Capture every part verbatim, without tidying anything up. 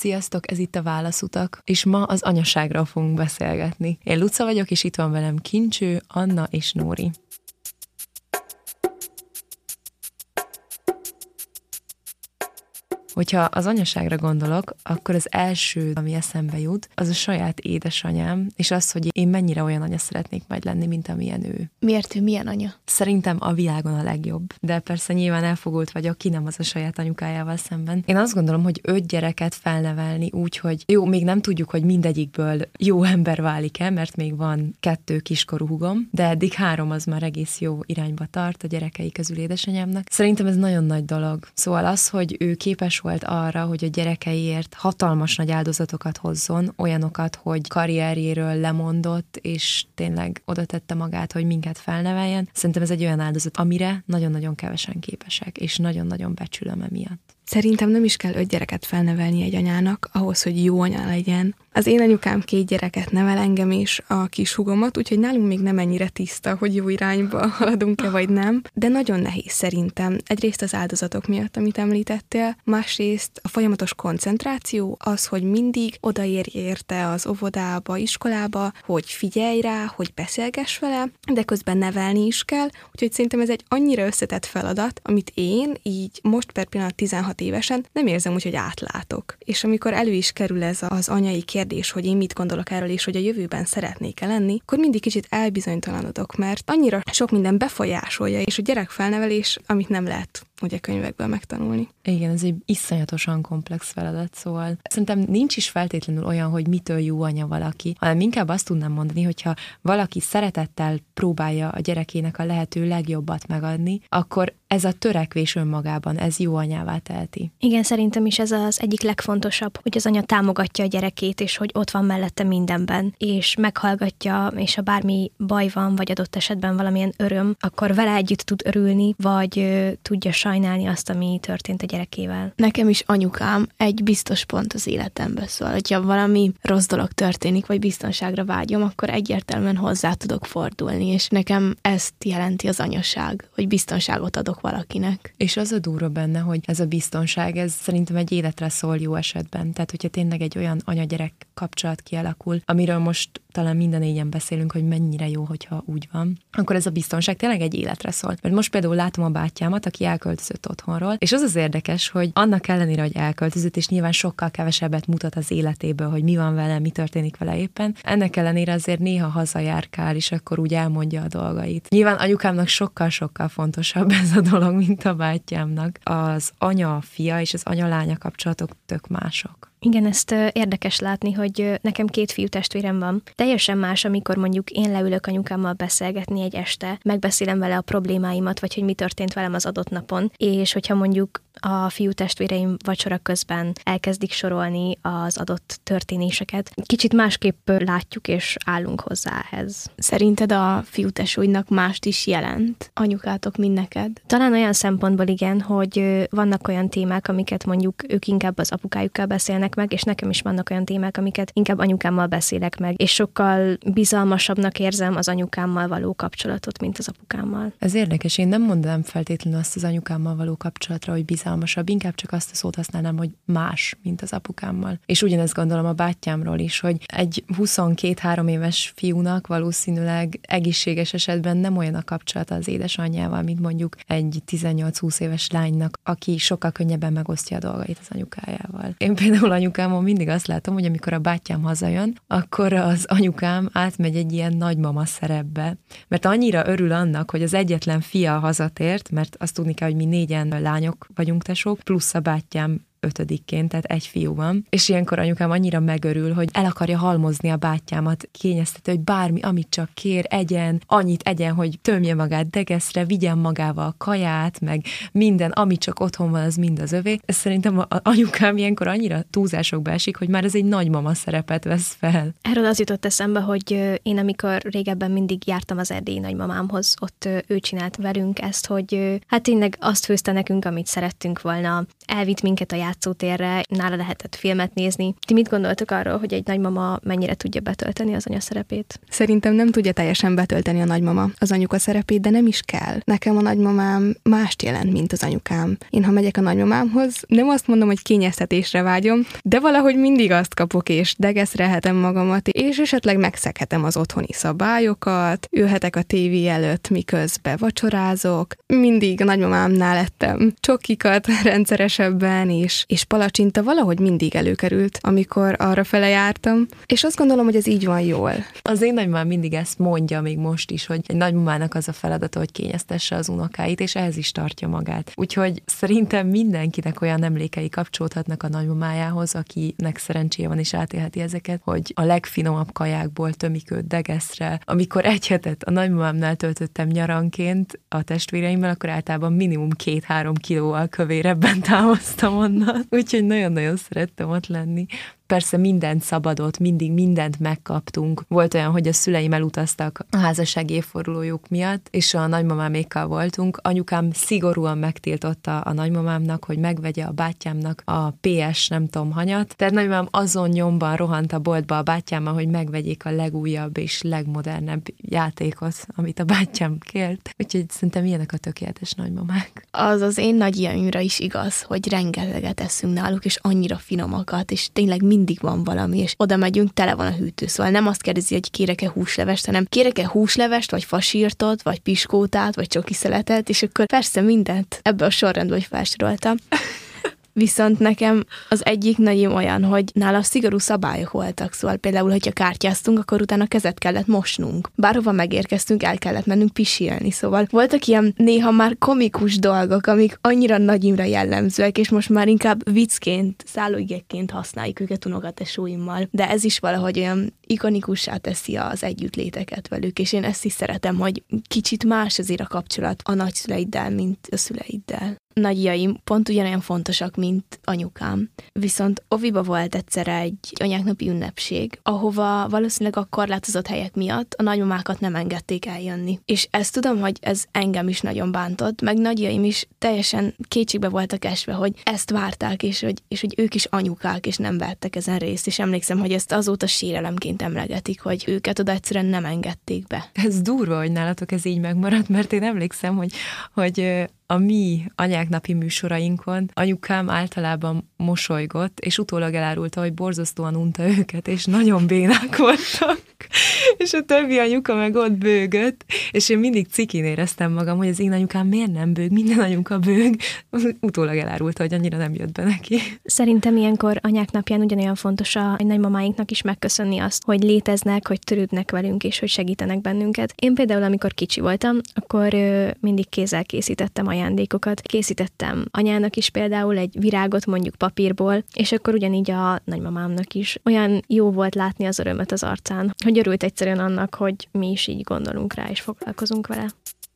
Sziasztok, ez itt a Válaszutak, és ma az anyaságról fogunk beszélgetni. Én Luca vagyok, és itt van velem Kincső, Anna és Nóri. Hogyha az anyaságra gondolok, akkor az első, ami eszembe jut, az a saját édesanyám, és az, hogy én mennyire olyan anya szeretnék majd lenni, mint amilyen ő. Miért ő milyen anya? Szerintem a világon a legjobb. De persze nyilván elfogult vagyok, ki nem az a saját anyukájával szemben. Én azt gondolom, hogy öt gyereket felnevelni úgy, hogy jó, még nem tudjuk, hogy mindegyikből jó ember válik-e, mert még van kettő kiskorú húgom, de eddig három az már egész jó irányba tart a gyerekei közül édesanyámnak. Szerintem ez nagyon nagy dolog. Szóval az, hogy ő képes volt arra, hogy a gyerekeiért hatalmas nagy áldozatokat hozzon, olyanokat, hogy karrierjéről lemondott, és tényleg oda tette magát, hogy minket felneveljen. Szerintem ez egy olyan áldozat, amire nagyon-nagyon kevesen képesek, és nagyon-nagyon becsülöm emiatt. Szerintem nem is kell öt gyereket felnevelni egy anyának, ahhoz, hogy jó anya legyen. Az én anyukám két gyereket nevel, engem és a kis húgomat, úgyhogy nálunk még nem ennyire tiszta, hogy jó irányba haladunk-e vagy nem. De nagyon nehéz szerintem. Egyrészt az áldozatok miatt, amit említettél, másrészt a folyamatos koncentráció, az, hogy mindig odaérj érte az óvodába, iskolába, hogy figyelj rá, hogy beszélgess vele, de közben nevelni is kell, úgyhogy szerintem ez egy annyira összetett feladat, amit én így most per pillanat tizenhat évesen nem érzem úgy, hogy átlátok. És amikor elő is kerül ez az anyai kérdés, hogy én mit gondolok erről, és hogy a jövőben szeretnék-e lenni, akkor mindig kicsit elbizonytalanodok, mert annyira sok minden befolyásolja, és a gyerekfelnevelés, amit nem lehet ugye könyvekből megtanulni. Igen, ez egy iszonyatosan komplex feladat, szóval szerintem nincs is feltétlenül olyan, hogy mitől jó anya valaki, hanem inkább azt tudnám mondani, hogyha valaki szeretettel próbálja a gyerekének a lehető legjobbat megadni, akkor ez a törekvés önmagában, ez jó anyává teheti. Igen, szerintem is ez az egyik legfontosabb, hogy az anya támogatja a gyerekét, és hogy ott van mellette mindenben, és meghallgatja, és ha bármi baj van, vagy adott esetben valamilyen öröm, akkor vele együtt tud örülni, vagy ö, tudja sajnálni azt, ami történt a gyerekével. Nekem is anyukám egy biztos pont az életemben, szóval, hogyha valami rossz dolog történik, vagy biztonságra vágyom, akkor egyértelműen hozzá tudok fordulni, és nekem ezt jelenti az anyaság, hogy biztonságot adok valakinek. És az a durva benne, hogy ez a biztonság, ez szerintem egy életre szól jó esetben. Tehát, hogyha tényleg egy olyan anya-gyerek kapcsolat kialakul, amiről most talán minden négyen beszélünk, hogy mennyire jó, hogyha úgy van, akkor ez a biztonság tényleg egy életre szól. Mert most például látom a bátyámat, aki elköltözött otthonról, és az az érdekes, hogy annak ellenére, hogy elköltözött, és nyilván sokkal kevesebbet mutat az életéből, hogy mi van vele, mi történik vele éppen, ennek ellenére azért néha hazajárkál, és akkor úgy elmondja a dolgait. Nyilván anyukámnak sokkal-sokkal fontosabb ez a dolog, mint a bátyámnak. Az anya-fia és az anya-lánya kapcsolatok tök mások. Igen, ezt érdekes látni, hogy nekem két fiú testvérem van. Teljesen más, amikor mondjuk én leülök anyukámmal beszélgetni egy este, megbeszélem vele a problémáimat, vagy hogy mi történt velem az adott napon, és hogyha mondjuk a fiú testvéreim vacsora közben elkezdik sorolni az adott történéseket, kicsit másképp látjuk és állunk hozzá ehhez. Szerinted a fiútesúlynak mást is jelent anyukátok, mint neked? Talán olyan szempontból igen, hogy vannak olyan témák, amiket mondjuk ők inkább az apukájukkal beszélnek meg, és nekem is vannak olyan témák, amiket inkább anyukámmal beszélek meg, és sokkal bizalmasabbnak érzem az anyukámmal való kapcsolatot, mint az apukámmal. Ez érdekes, én nem mondanám feltétlenül azt az anyukámmal való kapcsolatra, hogy bizalmasabb, inkább csak azt a szót használnám, hogy más, mint az apukámmal. És ugyanezt gondolom a bátyámról is, hogy egy huszonkét-három éves fiúnak valószínűleg egészséges esetben nem olyan a kapcsolata az édesanyjával, mint mondjuk egy tizennyolc-húsz éves lánynak, aki sokkal könnyebben megosztja a dolgait az anyukájával. Én például anyukámon mindig azt látom, hogy amikor a bátyám hazajön, akkor az anyukám átmegy egy ilyen nagymama szerepbe, mert annyira örül annak, hogy az egyetlen fia hazatért, mert azt tudni kell, hogy mi négyen lányok vagyunk tesók, plusz a bátyám ötödikként, tehát egy fiú van. És ilyenkor anyukám annyira megörül, hogy el akarja halmozni a bátyámat, kényeztető, hogy bármi, amit csak kér, egyen, annyit egyen, hogy tömje magát degeszre, vigyen magával a kaját, meg minden, ami csak otthon van, az mind az övé. Ez szerintem a anyukám ilyenkor annyira túlzásokba esik, hogy már ez egy nagymama szerepet vesz fel. Erről az jutott eszembe, hogy én amikor régebben mindig jártam az erdélyi nagymamámhoz, ott ő csinált velünk ezt, hogy hát tényleg azt főzte nekünk, amit szerettünk volna, elvitt minket a játszótérre, nála lehetett filmet nézni. Ti mit gondoltok arról, hogy egy nagymama mennyire tudja betölteni az anya szerepét? Szerintem nem tudja teljesen betölteni a nagymama az anyuka szerepét, de nem is kell. Nekem a nagymamám mást jelent, mint az anyukám. Én, ha megyek a nagymamámhoz, nem azt mondom, hogy kényeztetésre vágyom, de valahogy mindig azt kapok, és degeszrelhetem magamat, és esetleg megszeghetem az otthoni szabályokat, ülhetek a tévé előtt, miközben vacsorázok. Mindig a nagymamámnál ettem csokikat rendszeresebben, és, és palacsinta valahogy mindig előkerült, amikor arra fele jártam, és azt gondolom, hogy ez így van jól. Az én nagymamám mindig ezt mondja még most is, hogy egy nagymamának az a feladata, hogy kényeztesse az unokáit, és ehhez is tartja magát. Úgyhogy szerintem mindenkinek olyan emlékei kapcsolódhatnak a nagymamájához, akinek szerencséje van és átélheti ezeket, hogy a legfinomabb kajákból tömik őt degeszre. Amikor egy hetet a nagymamámnál töltöttem nyaranként a testvéreimmel, akkor általában minimum két-három kilóval kövérebben távoztam onnan. Úgyhogy nagyon-nagyon szerettem ott lenni. Persze mindent szabadott, mindig mindent megkaptunk. Volt olyan, hogy a szüleim elutaztak a házasság évfordulójuk miatt, és a nagymamámékkal voltunk. Anyukám szigorúan megtiltotta a nagymamámnak, hogy megvegye a bátyámnak a pé es nem tudom hanyat. Tehát nagymamám azon nyomban rohant a boltba a bátyámmal, hogy megvegyék a legújabb és legmodernebb játékot, amit a bátyám kért. Úgyhogy szerintem ilyenek a tökéletes nagymamák. Az az én nagyjaimra is igaz, hogy rengeteget eszünk náluk, és annyira finomakat, és tényleg mindig van valami, és oda megyünk, tele van a hűtő. Szóval nem azt kérdezi, hogy kérek-e húslevest, hanem kérek-e húslevest, vagy fasírtot, vagy piskótát, vagy csokiszeletet, és akkor persze mindent ebbe a sorrendben, hogy felsoroltam. Viszont nekem az egyik nagyim olyan, hogy nála szigorú szabályok voltak, szóval például, hogyha kártyáztunk, akkor utána kezet kellett mosnunk. Bárhova megérkeztünk, el kellett mennünk pisilni, szóval voltak ilyen néha már komikus dolgok, amik annyira nagyimra jellemzőek, és most már inkább viccként, szállóigekként használjuk őket unokatesóimmal, de ez is valahogy olyan ikonikussá teszi az együttléteket velük, és én ezt is szeretem, hogy kicsit más azért a kapcsolat a nagyszüleiddel, mint a szüleiddel. Nagyjaim pont ugyanolyan fontosak, mint anyukám. Viszont oviba volt egyszer egy anyáknapi ünnepség, ahova valószínűleg a korlátozott helyek miatt a nagymamákat nem engedték eljönni. És ezt tudom, hogy ez engem is nagyon bántott, meg nagyjaim is teljesen kétségbe voltak esve, hogy ezt várták, és hogy, és hogy ők is anyukák, és nem vettek ezen részt. És emlékszem, hogy ezt azóta sérelemként emlegetik, hogy őket oda egyszerűen nem engedték be. Ez durva, hogy nálatok ez így megmaradt, mert én emlékszem, hogy, hogy a mi anyáknapi műsorainkon anyukám általában mosolygott, és utólag elárulta, hogy borzasztóan unta őket, és nagyon bénák voltak. És a többi anyuka meg ott bőgött, és én mindig cikin éreztem magam, hogy az én anyukám miért nem bőg, minden anyuka bőg. Utólag elárulta, hogy annyira nem jött be neki. Szerintem ilyenkor anyák napján ugyanolyan fontos a nagymamáinknak is megköszönni azt, hogy léteznek, hogy törődnek velünk, és hogy segítenek bennünket. Én például, amikor kicsi voltam, akkor ö, mindig kézzel készítettem ajándékokat. Készítettem anyának is például egy virágot, mondjuk papírból, és akkor ugyanígy a nagymamámnak is. Olyan jó volt látni az örömet az arcán, hogy örült egyszerűen annak, hogy mi is így gondolunk rá, és foglalkozunk vele.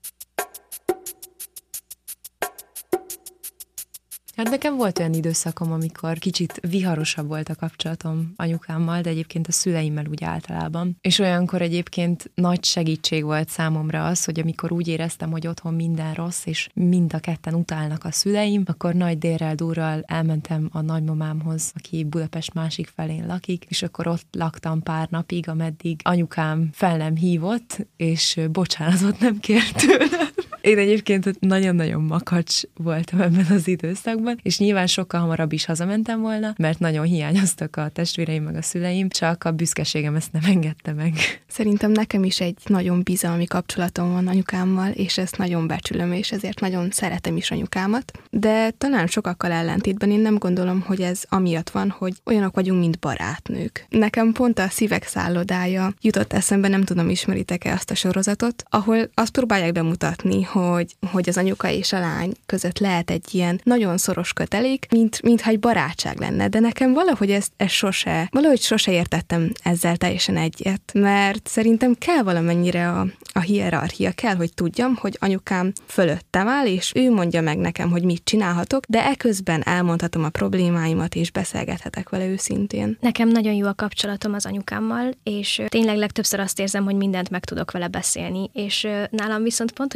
Hát nekem volt olyan időszakom, amikor kicsit viharosabb volt a kapcsolatom anyukámmal, de egyébként a szüleimmel úgy általában. És olyankor egyébként nagy segítség volt számomra az, hogy amikor úgy éreztem, hogy otthon minden rossz, és mind a ketten utálnak a szüleim, akkor nagy délrel durral elmentem a nagymamámhoz, aki Budapest másik felén lakik, és akkor ott laktam pár napig, ameddig anyukám fel nem hívott, és bocsánatot nem kért tőlem. Én egyébként nagyon-nagyon makacs voltam ebben az időszakban, és nyilván sokkal hamarabb is hazamentem volna, mert nagyon hiányoztak a testvéreim meg a szüleim, csak a büszkeségem ezt nem engedte meg. Szerintem nekem is egy nagyon bizalmi kapcsolatom van anyukámmal, és ezt nagyon becsülöm, és ezért nagyon szeretem is anyukámat. De talán sokakkal ellentétben én nem gondolom, hogy ez amiatt van, hogy olyanok vagyunk, mint barátnők. Nekem pont a Szívek szállodája jutott eszembe, nem tudom, ismeritek-e azt a sorozatot, ahol azt próbálják bemutatni, hogy, hogy az anyuka és a lány között lehet egy ilyen nagyon szoros kötelék, mint, mintha egy barátság lenne, de nekem valahogy ezt, ezt sose, valahogy sose értettem ezzel teljesen egyet, mert szerintem kell valamennyire a, a hierarchia, kell, hogy tudjam, hogy anyukám fölöttem áll, és ő mondja meg nekem, hogy mit csinálhatok, de eközben elmondhatom a problémáimat, és beszélgethetek vele őszintén. Nekem nagyon jó a kapcsolatom az anyukámmal, és tényleg legtöbbször azt érzem, hogy mindent meg tudok vele beszélni, és nálam viszont pont, hogy fellép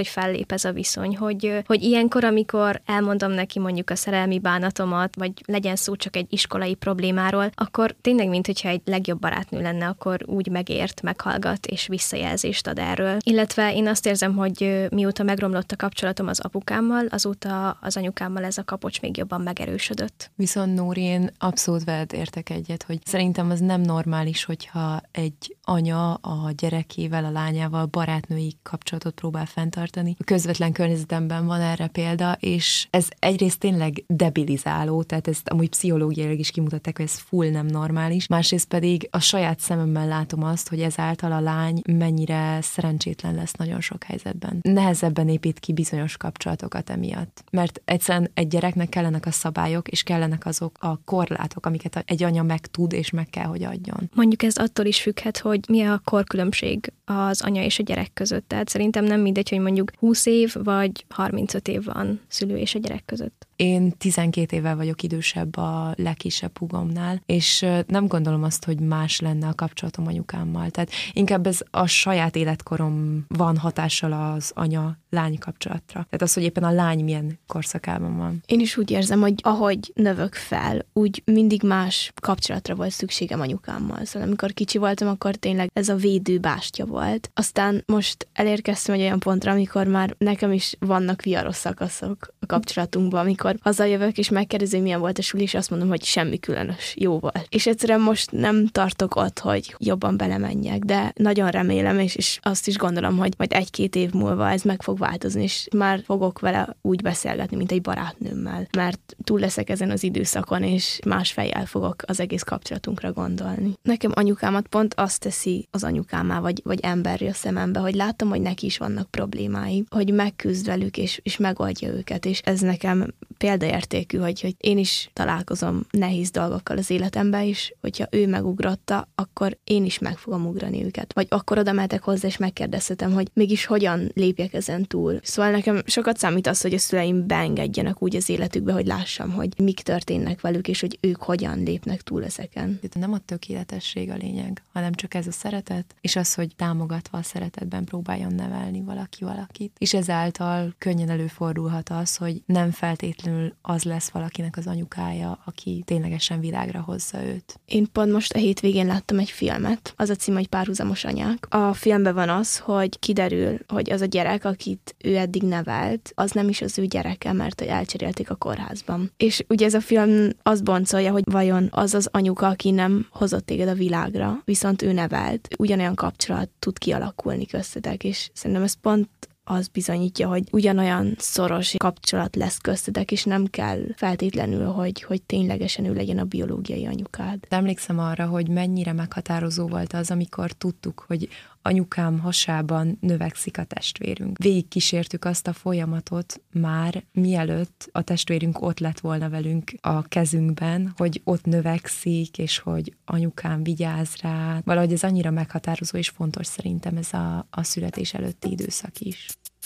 lép ez a viszony, hogy, hogy ilyenkor, amikor elmondom neki mondjuk a szerelmi bánatomat, vagy legyen szó csak egy iskolai problémáról, akkor tényleg, mint hogyha egy legjobb barátnő lenne, akkor úgy megért, meghallgat és visszajelzést ad erről. Illetve én azt érzem, hogy mióta megromlott a kapcsolatom az apukámmal, azóta az anyukámmal ez a kapocs még jobban megerősödött. Viszont Nóri, én abszolút veled értek egyet, hogy szerintem az nem normális, hogyha egy anya a gyerekével, a lányával barátnői kapcsolatot próbál fenntartani. A közvetlen környezetemben van erre példa, és ez egyrészt tényleg debilizáló, tehát ezt amúgy pszichológiailag is kimutatták, hogy ez full nem normális. Másrészt pedig a saját szememmel látom azt, hogy ezáltal a lány mennyire szerencsétlen lesz nagyon sok helyzetben. Nehezebben épít ki bizonyos kapcsolatokat emiatt. Mert egyszerűen egy gyereknek kellenek a szabályok, és kellenek azok a korlátok, amiket egy anya meg tud, és meg kell, hogy adjon. Mondjuk ez attól is függhet, hogy mi a korkülönbség az anya és a gyerek között. Tehát szerintem nem mindegy, hogy mondjuk húsz év vagy harmincöt év van szülő és a gyerek között. Én tizenkét évvel vagyok idősebb a legkisebb húgomnál, és nem gondolom azt, hogy más lenne a kapcsolatom anyukámmal. Tehát inkább ez a saját életkorom van hatással az anya-lány kapcsolatra. Tehát az, hogy éppen a lány milyen korszakában van. Én is úgy érzem, hogy ahogy növök fel, úgy mindig más kapcsolatra volt szükségem anyukámmal. Szóval amikor kicsi voltam, akkor tényleg ez a védőbástya volt. Aztán most elérkeztem egy olyan pontra, amikor már nekem is vannak viharos szakaszok a kapcsolatunkban, amikor hazajövök, és megkérdezi, hogy milyen volt a suli, és azt mondom, hogy semmi különös, jó volt. És egyszerűen most nem tartok ott, hogy jobban belemenjek, de nagyon remélem, és, és azt is gondolom, hogy majd egy-két év múlva ez meg fog változni, és már fogok vele úgy beszélgetni, mint egy barátnőmmel, mert túl leszek ezen az időszakon, és más fejjel fogok az egész kapcsolatunkra gondolni. Nekem anyukámat pont azt teszi az anyukámá, vagy, vagy emberi a szemembe, hogy látom, hogy neki is vannak problémái, hogy megküzd velük, és, és megoldja őket, és ez nekem példaértékű, hogy, hogy én is találkozom nehéz dolgokkal az életemben is, hogyha ő megugrotta, akkor én is meg fogom ugrani őket. Vagy akkor oda mehetek hozzá, és megkérdezhetem, hogy mégis hogyan lépjek ezen túl. Szóval nekem sokat számít az, hogy a szüleim beengedjenek úgy az életükbe, hogy lássam, hogy mik történnek velük, és hogy ők hogyan lépnek túl ezeken. Nem a tökéletesség a lényeg, hanem csak ez a szeretet, és az, hogy támogatva a szeretetben próbáljon nevelni valaki valakit. És ezáltal könnyen előfordulhat az, hogy nem feltétlenül az lesz valakinek az anyukája, aki ténylegesen világra hozza őt. Én pont most a hétvégén láttam egy filmet, az a cím, hogy Párhuzamos anyák. A filmben van az, hogy kiderül, hogy az a gyerek, akit ő eddig nevelt, az nem is az ő gyereke, mert elcserélték a kórházban. És ugye ez a film azt boncolja, hogy vajon az az anyuka, aki nem hozott téged a világra, viszont ő nevelt, ugyanolyan kapcsolat tud kialakulni köztetek, és szerintem ez pont az bizonyítja, hogy ugyanolyan szoros kapcsolat lesz köztetek, és nem kell feltétlenül, hogy, hogy ténylegesen ő legyen a biológiai anyukád. Emlékszem arra, hogy mennyire meghatározó volt az, amikor tudtuk, hogy anyukám hasában növekszik a testvérünk. Végig kísértük azt a folyamatot már, mielőtt a testvérünk ott lett volna velünk a kezünkben, hogy ott növekszik, és hogy anyukám vigyáz rá. Valahogy ez annyira meghatározó és fontos szerintem ez a, a születés előtti időszak is.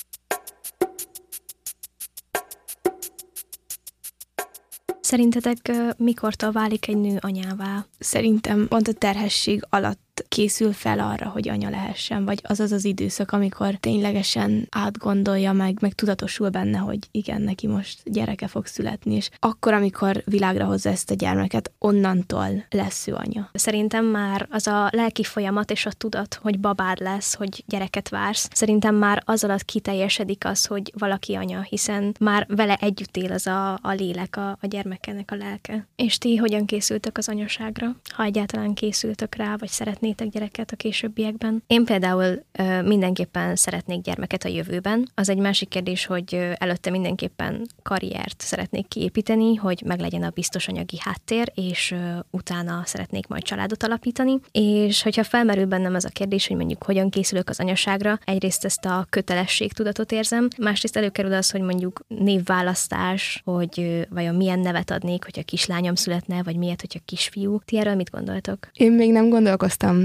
Szerintetek mikortól válik egy nő anyává? Szerintem pont a terhesség alatt készül fel arra, hogy anya lehessen, vagy az az az időszak, amikor ténylegesen átgondolja meg, meg tudatosul benne, hogy igen, neki most gyereke fog születni, és akkor, amikor világra hozza ezt a gyermeket, onnantól lesz ő anya. Szerintem már az a lelki folyamat és a tudat, hogy babád lesz, hogy gyereket vársz, szerintem már az alatt kiteljesedik az, hogy valaki anya, hiszen már vele együtt él az a, a lélek, a, a gyermekének a lelke. És ti hogyan készültök az anyaságra? Ha egyáltalán készültök rá, vagy szeretnétek gyereket a későbbiekben? Én például ö, mindenképpen szeretnék gyermeket a jövőben. Az egy másik kérdés, hogy ö, előtte mindenképpen karriert szeretnék kiépíteni, hogy meglegyen a biztos anyagi háttér, és ö, utána szeretnék majd családot alapítani. És hogyha felmerül bennem az a kérdés, hogy mondjuk hogyan készülök az anyaságra, egyrészt ezt a kötelességtudatot érzem, másrészt előkerül az, hogy mondjuk névválasztás, hogy ö, vajon milyen nevet adnék, hogyha kislányom születne, vagy miért, hogyha kisfiú. Ti erről mit gondoltok? Én még nem gondolkoztam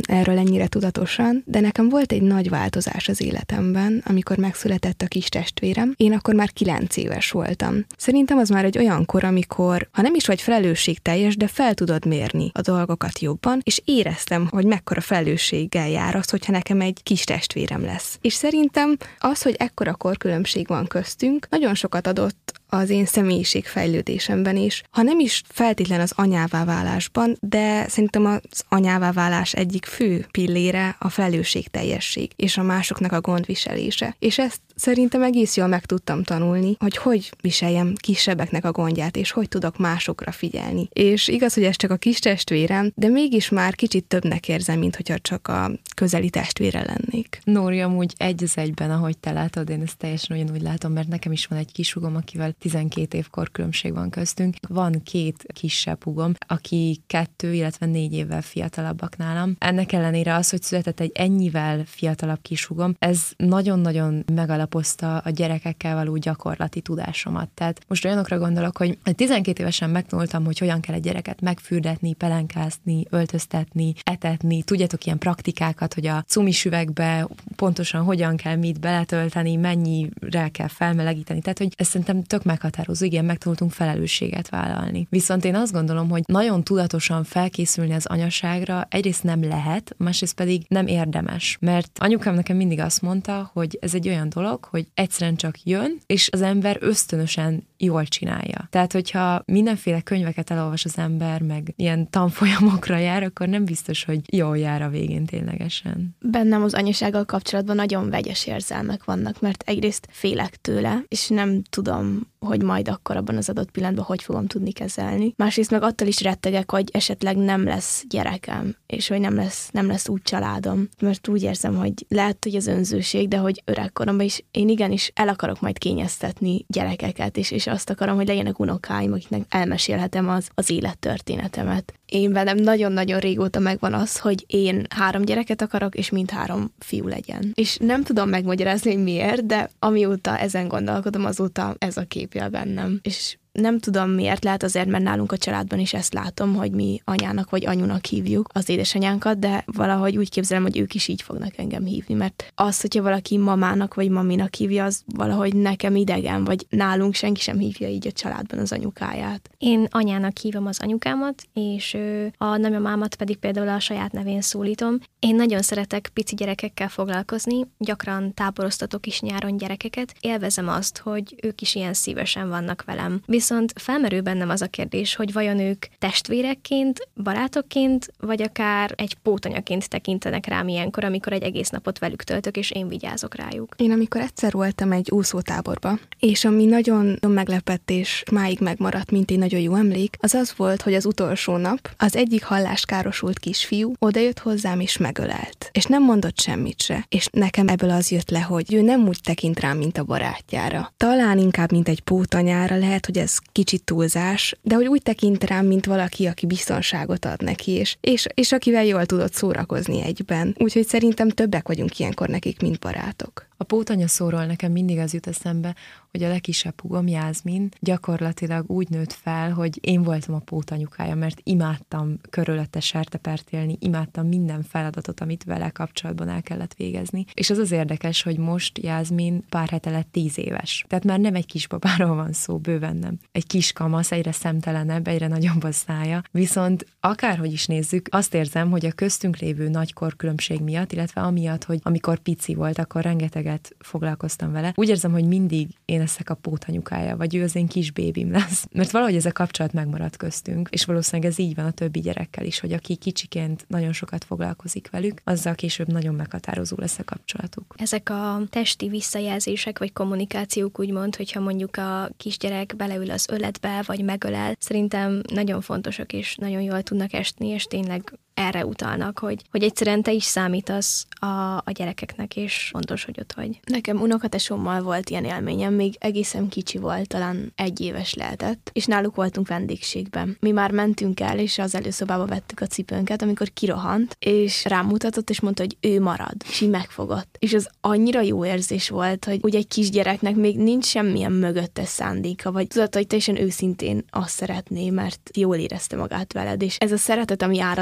erről ennyire tudatosan, de nekem volt egy nagy változás az életemben, amikor megszületett a kis testvérem. Én akkor már kilenc éves voltam. Szerintem az már egy olyan kor, amikor, ha nem is vagy felelősségteljes, de fel tudod mérni a dolgokat jobban, és éreztem, hogy mekkora felelősséggel jár az, hogyha nekem egy kis testvérem lesz. És szerintem az, hogy ekkora korkülönbség van köztünk, nagyon sokat adott az én személyiségfejlődésemben is, ha nem is feltétlen az anyává válásban, de szerintem az anyává válás egyik fő pillére a felelősségteljesség és a másoknak a gondviselése. És ezt szerintem egész jól meg tudtam tanulni, hogy hogy viseljem kisebbeknek a gondját, és hogy tudok másokra figyelni. És igaz, hogy ez csak a kis testvérem, de mégis már kicsit többnek érzem, mint hogyha csak a közeli testvére lennék. Nóri, amúgy egy az egyben, ahogy te látod, én ezt teljesen ugyanúgy látom, mert nekem is van egy kis húgom, akivel tizenkét év korkülönbség van köztünk. Van két kisebb húgom, aki kettő, illetve négy évvel fiatalabbak nálam. Ennek ellenére az, hogy született egy ennyivel fiatalabb kis húgom, ez nagyon-nagyon megalapozta a gyerekekkel való gyakorlati tudásomat. Tehát most olyanokra gondolok, hogy tizenkét évesen megtanultam, hogy hogyan kell egy gyereket megfürdetni, pelenkázni, öltöztetni, etetni. Tudjátok, ilyen praktikákat, hogy a cumis üvegbe pontosan hogyan kell mit beletölteni, mennyire kell felmelegíteni. Tehát, hogy ez szerintem tök meghatározó, igen, megtanultunk felelősséget vállalni. Viszont én azt gondolom, hogy nagyon tudatosan felkészülni az anyaságra egyrészt nem lehet, másrészt pedig nem érdemes. Mert anyukám nekem mindig azt mondta, hogy ez egy olyan dolog, hogy egyszerűen csak jön, és az ember ösztönösen jól csinálja. Tehát, hogyha mindenféle könyveket elolvas az ember, meg ilyen tanfolyamokra jár, akkor nem biztos, hogy jól jár a végén ténylegesen. Bennem az anyasággal kapcsolatban nagyon vegyes érzelmek vannak, mert egyrészt félek tőle, és nem tudom, hogy majd akkor abban az adott pillanatban hogy fogom tudni kezelni. Másrészt meg attól is rettegek, hogy esetleg nem lesz gyerekem, és hogy nem lesz, nem lesz úgy családom, mert úgy érzem, hogy lehet, hogy az önzőség, de hogy öregkoromban is én igenis el akarok majd kényeztetni gyerekeket, és, és azt akarom, hogy legyenek unokáim, akiknek elmesélhetem az, az élettörténetemet. Én bennem nagyon-nagyon régóta megvan az, hogy én három gyereket akarok, és mindhárom fiú legyen. És nem tudom megmagyarázni, hogy miért, de amióta ezen gondolkodom, azóta ez a kép jön bennem. És nem tudom miért, lehet azért, mert nálunk a családban is ezt látom, hogy mi anyának vagy anyunak hívjuk az édesanyánkat, de valahogy úgy képzelem, hogy ők is így fognak engem hívni, mert az, hogyha valaki mamának vagy maminak hívja, az valahogy nekem idegen, vagy nálunk senki sem hívja így a családban az anyukáját. Én anyának hívom az anyukámat, és a nagymamámat pedig például a saját nevén szólítom. Én nagyon szeretek pici gyerekekkel foglalkozni, gyakran táboroztatok is nyáron gyerekeket. Élvezem azt, hogy ők is ilyen szívesen vannak velem. Viszont felmerül bennem az a kérdés, hogy vajon ők testvérekként, barátokként, vagy akár egy pótanyaként tekintenek rám ilyenkor, amikor egy egész napot velük töltök, és én vigyázok rájuk. Én amikor egyszer voltam egy úszótáborba, és ami nagyon meglepett, és máig megmaradt, mint egy nagyon jó emlék, az az volt, hogy az utolsó nap az egyik halláskárosult kisfiú odajött hozzám, és megölelt. És nem mondott semmit se. És nekem ebből az jött le, hogy ő nem úgy tekint rám, mint a barátjára. Talán inkább, mint egy pótanyára, lehet, hogy ez kicsit túlzás, de hogy úgy tekint rám, mint valaki, aki biztonságot ad neki, és, és, és akivel jól tudott szórakozni egyben. Úgyhogy szerintem többek vagyunk ilyenkor nekik, mint barátok. A pótanya szóról nekem mindig az jut eszembe, hogy a legkisebb húgom, Jászmin, gyakorlatilag úgy nőtt fel, hogy én voltam a pótanyukája, mert imádtam körülötte sertepert élni, imádtam minden feladatot, amit vele kapcsolatban el kellett végezni. És az az érdekes, hogy most Jászmin pár hete lett tíz éves. Tehát már nem egy kisbabáról van szó, bőven nem. Egy kis kamasz, egyre szemtelenebb, egyre nagyobb a szája. Viszont akárhogy is nézzük, azt érzem, hogy a köztünk lévő nagy korkülönbség miatt, illetve amiatt, hogy amikor pici volt, akkor rengeteget foglalkoztam vele. Úgy érzem, hogy mindig én leszek a pótanyukája, vagy ő az én kis bébim lesz. Mert valahogy ez a kapcsolat megmaradt köztünk, és valószínűleg ez így van a többi gyerekkel is, hogy aki kicsiként nagyon sokat foglalkozik velük, azzal később nagyon meghatározó lesz a kapcsolatuk. Ezek a testi visszajelzések, vagy kommunikációk úgymond, hogyha mondjuk a kisgyerek beleül az öletbe, vagy megölel, szerintem nagyon fontosak, és nagyon jól tudnak esni, és tényleg erre utalnak, hogy, hogy egyszerűen te is számítasz a, a gyerekeknek, és fontos, hogy ott vagy. Nekem unokatesommal volt ilyen élményem, még egészen kicsi volt, talán egy éves lehetett, és náluk voltunk vendégségben. Mi már mentünk el, és az előszobába vettük a cipőnket, amikor kirohant, és rámutatott, és mondta, hogy ő marad, és így megfogott. És az annyira jó érzés volt, hogy ugye egy kisgyereknek még nincs semmilyen mögöttes szándéka, vagy tudod, hogy teljesen őszintén azt szeretné, mert jól érezte magát veled, és ez a szeretet, ami árad belőle,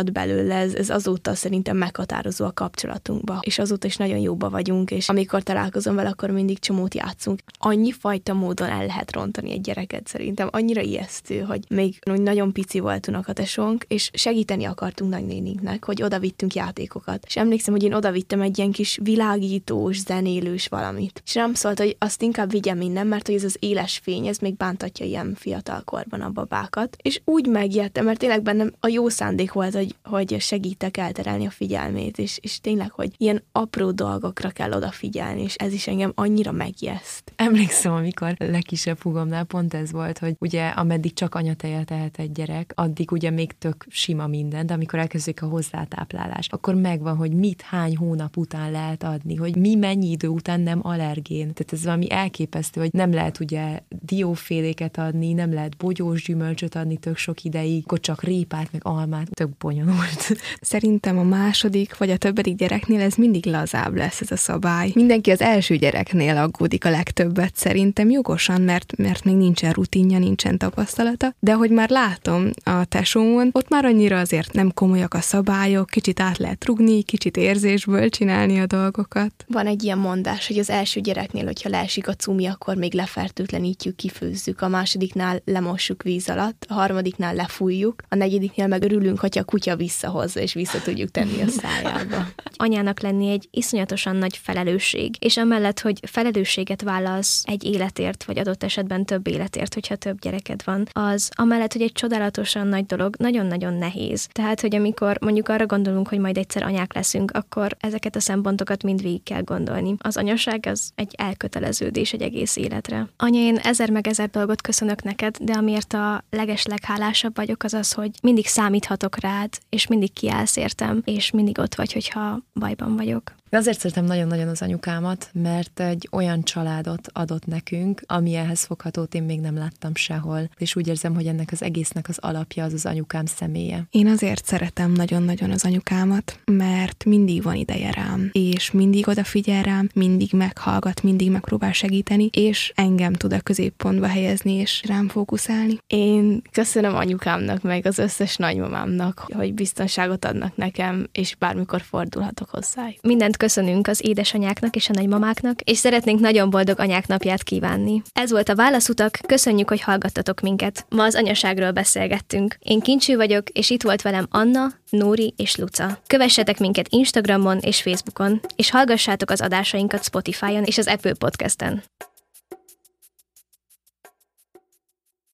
tőle, ez, ez azóta szerintem meghatározó a kapcsolatunkba, és azóta is nagyon jóba vagyunk, és amikor találkozom vele, akkor mindig csomót játszunk. Annyi fajta módon el lehet rontani egy gyereket szerintem, annyira ijesztő, hogy még nagyon pici volt unokatesónk, és segíteni akartunk nagynéninknek, hogy oda vittünk játékokat. És emlékszem, hogy én oda vittem egy ilyen kis világítós, zenélős valamit. És nem szólt, hogy azt inkább vigyem innen, mert hogy ez az éles fény, ez még bántatja ilyen fiatalkorban a babákat. És úgy megijedtem, mert tényleg bennem a jó szándék volt, hogy, hogy segítek elterelni a figyelmét, és, és tényleg, hogy ilyen apró dolgokra kell odafigyelni, és ez is engem annyira megijeszt. Emlékszem, amikor legkisebb húgomnál pont ez volt, hogy ugye ameddig csak anyatejet tehet egy gyerek, addig ugye még tök sima minden, de amikor elkezdődik a hozzátáplálás, akkor megvan, hogy mit hány hónap után lehet adni, hogy mi mennyi idő után nem allergén. Tehát ez valami elképesztő, hogy nem lehet ugye dióféléket adni, nem lehet bogyós gyümölcsöt adni tök sok ideig, akkor csak répát, meg almát, tök bonyolult. Szerintem a második vagy a többedik gyereknél ez mindig lazább lesz ez a szabály. Mindenki az első gyereknél aggódik a legtöbbet szerintem jogosan, mert, mert még nincsen rutinja, nincsen tapasztalata, de hogy már látom a tesómon, ott már annyira azért nem komolyak a szabályok, kicsit át lehet rugni, kicsit érzésből csinálni a dolgokat. Van egy ilyen mondás, hogy az első gyereknél, hogyha leesik a cumi, akkor még lefertőtlenítjük, kifőzzük, a másodiknál lemossuk víz alatt, a harmadiknál lefújjuk, a negyediknél meg örülünk, hogyha a kutya visszahozza, és vissza tudjuk tenni a szájába. Anyának lenni egy iszonyatosan nagy felelősség, és amellett, hogy felelősséget vállalsz egy életért, vagy adott esetben több életért, hogyha több gyereked van, az amellett, hogy egy csodálatosan nagy dolog, nagyon-nagyon nehéz. Tehát, hogy amikor mondjuk arra gondolunk, hogy majd egyszer anyák leszünk, akkor ezeket a szempontokat mind végig kell gondolni. Az anyaság az egy elköteleződés egy egész életre. Anya, én ezer meg ezer dolgot köszönök neked, de amiért a legesleghálásabb vagyok, az az, hogy mindig számíthatok rád, és mindig kiállsz értem, és mindig ott vagy, hogyha bajban vagyok. Azért szeretem nagyon-nagyon az anyukámat, mert egy olyan családot adott nekünk, ami ehhez foghatót én még nem láttam sehol, és úgy érzem, hogy ennek az egésznek az alapja az az anyukám személye. Én azért szeretem nagyon-nagyon az anyukámat, mert mindig van ideje rám, és mindig odafigyel rám, mindig meghallgat, mindig megpróbál segíteni, és engem tud a középpontba helyezni, és rám fókuszálni. Én köszönöm anyukámnak, meg az összes nagymamámnak, hogy biztonságot adnak nekem, és bármikor fordulhatok hozzájuk. Mindent köszönünk az édesanyáknak és a nagymamáknak, és szeretnénk nagyon boldog anyák napját kívánni. Ez volt a Válaszutak, köszönjük, hogy hallgattatok minket. Ma az anyaságról beszélgettünk. Én Kincső vagyok, és itt volt velem Anna, Nóri és Luca. Kövessetek minket Instagramon és Facebookon, és hallgassátok az adásainkat Spotify-on és az Apple Podcast-en.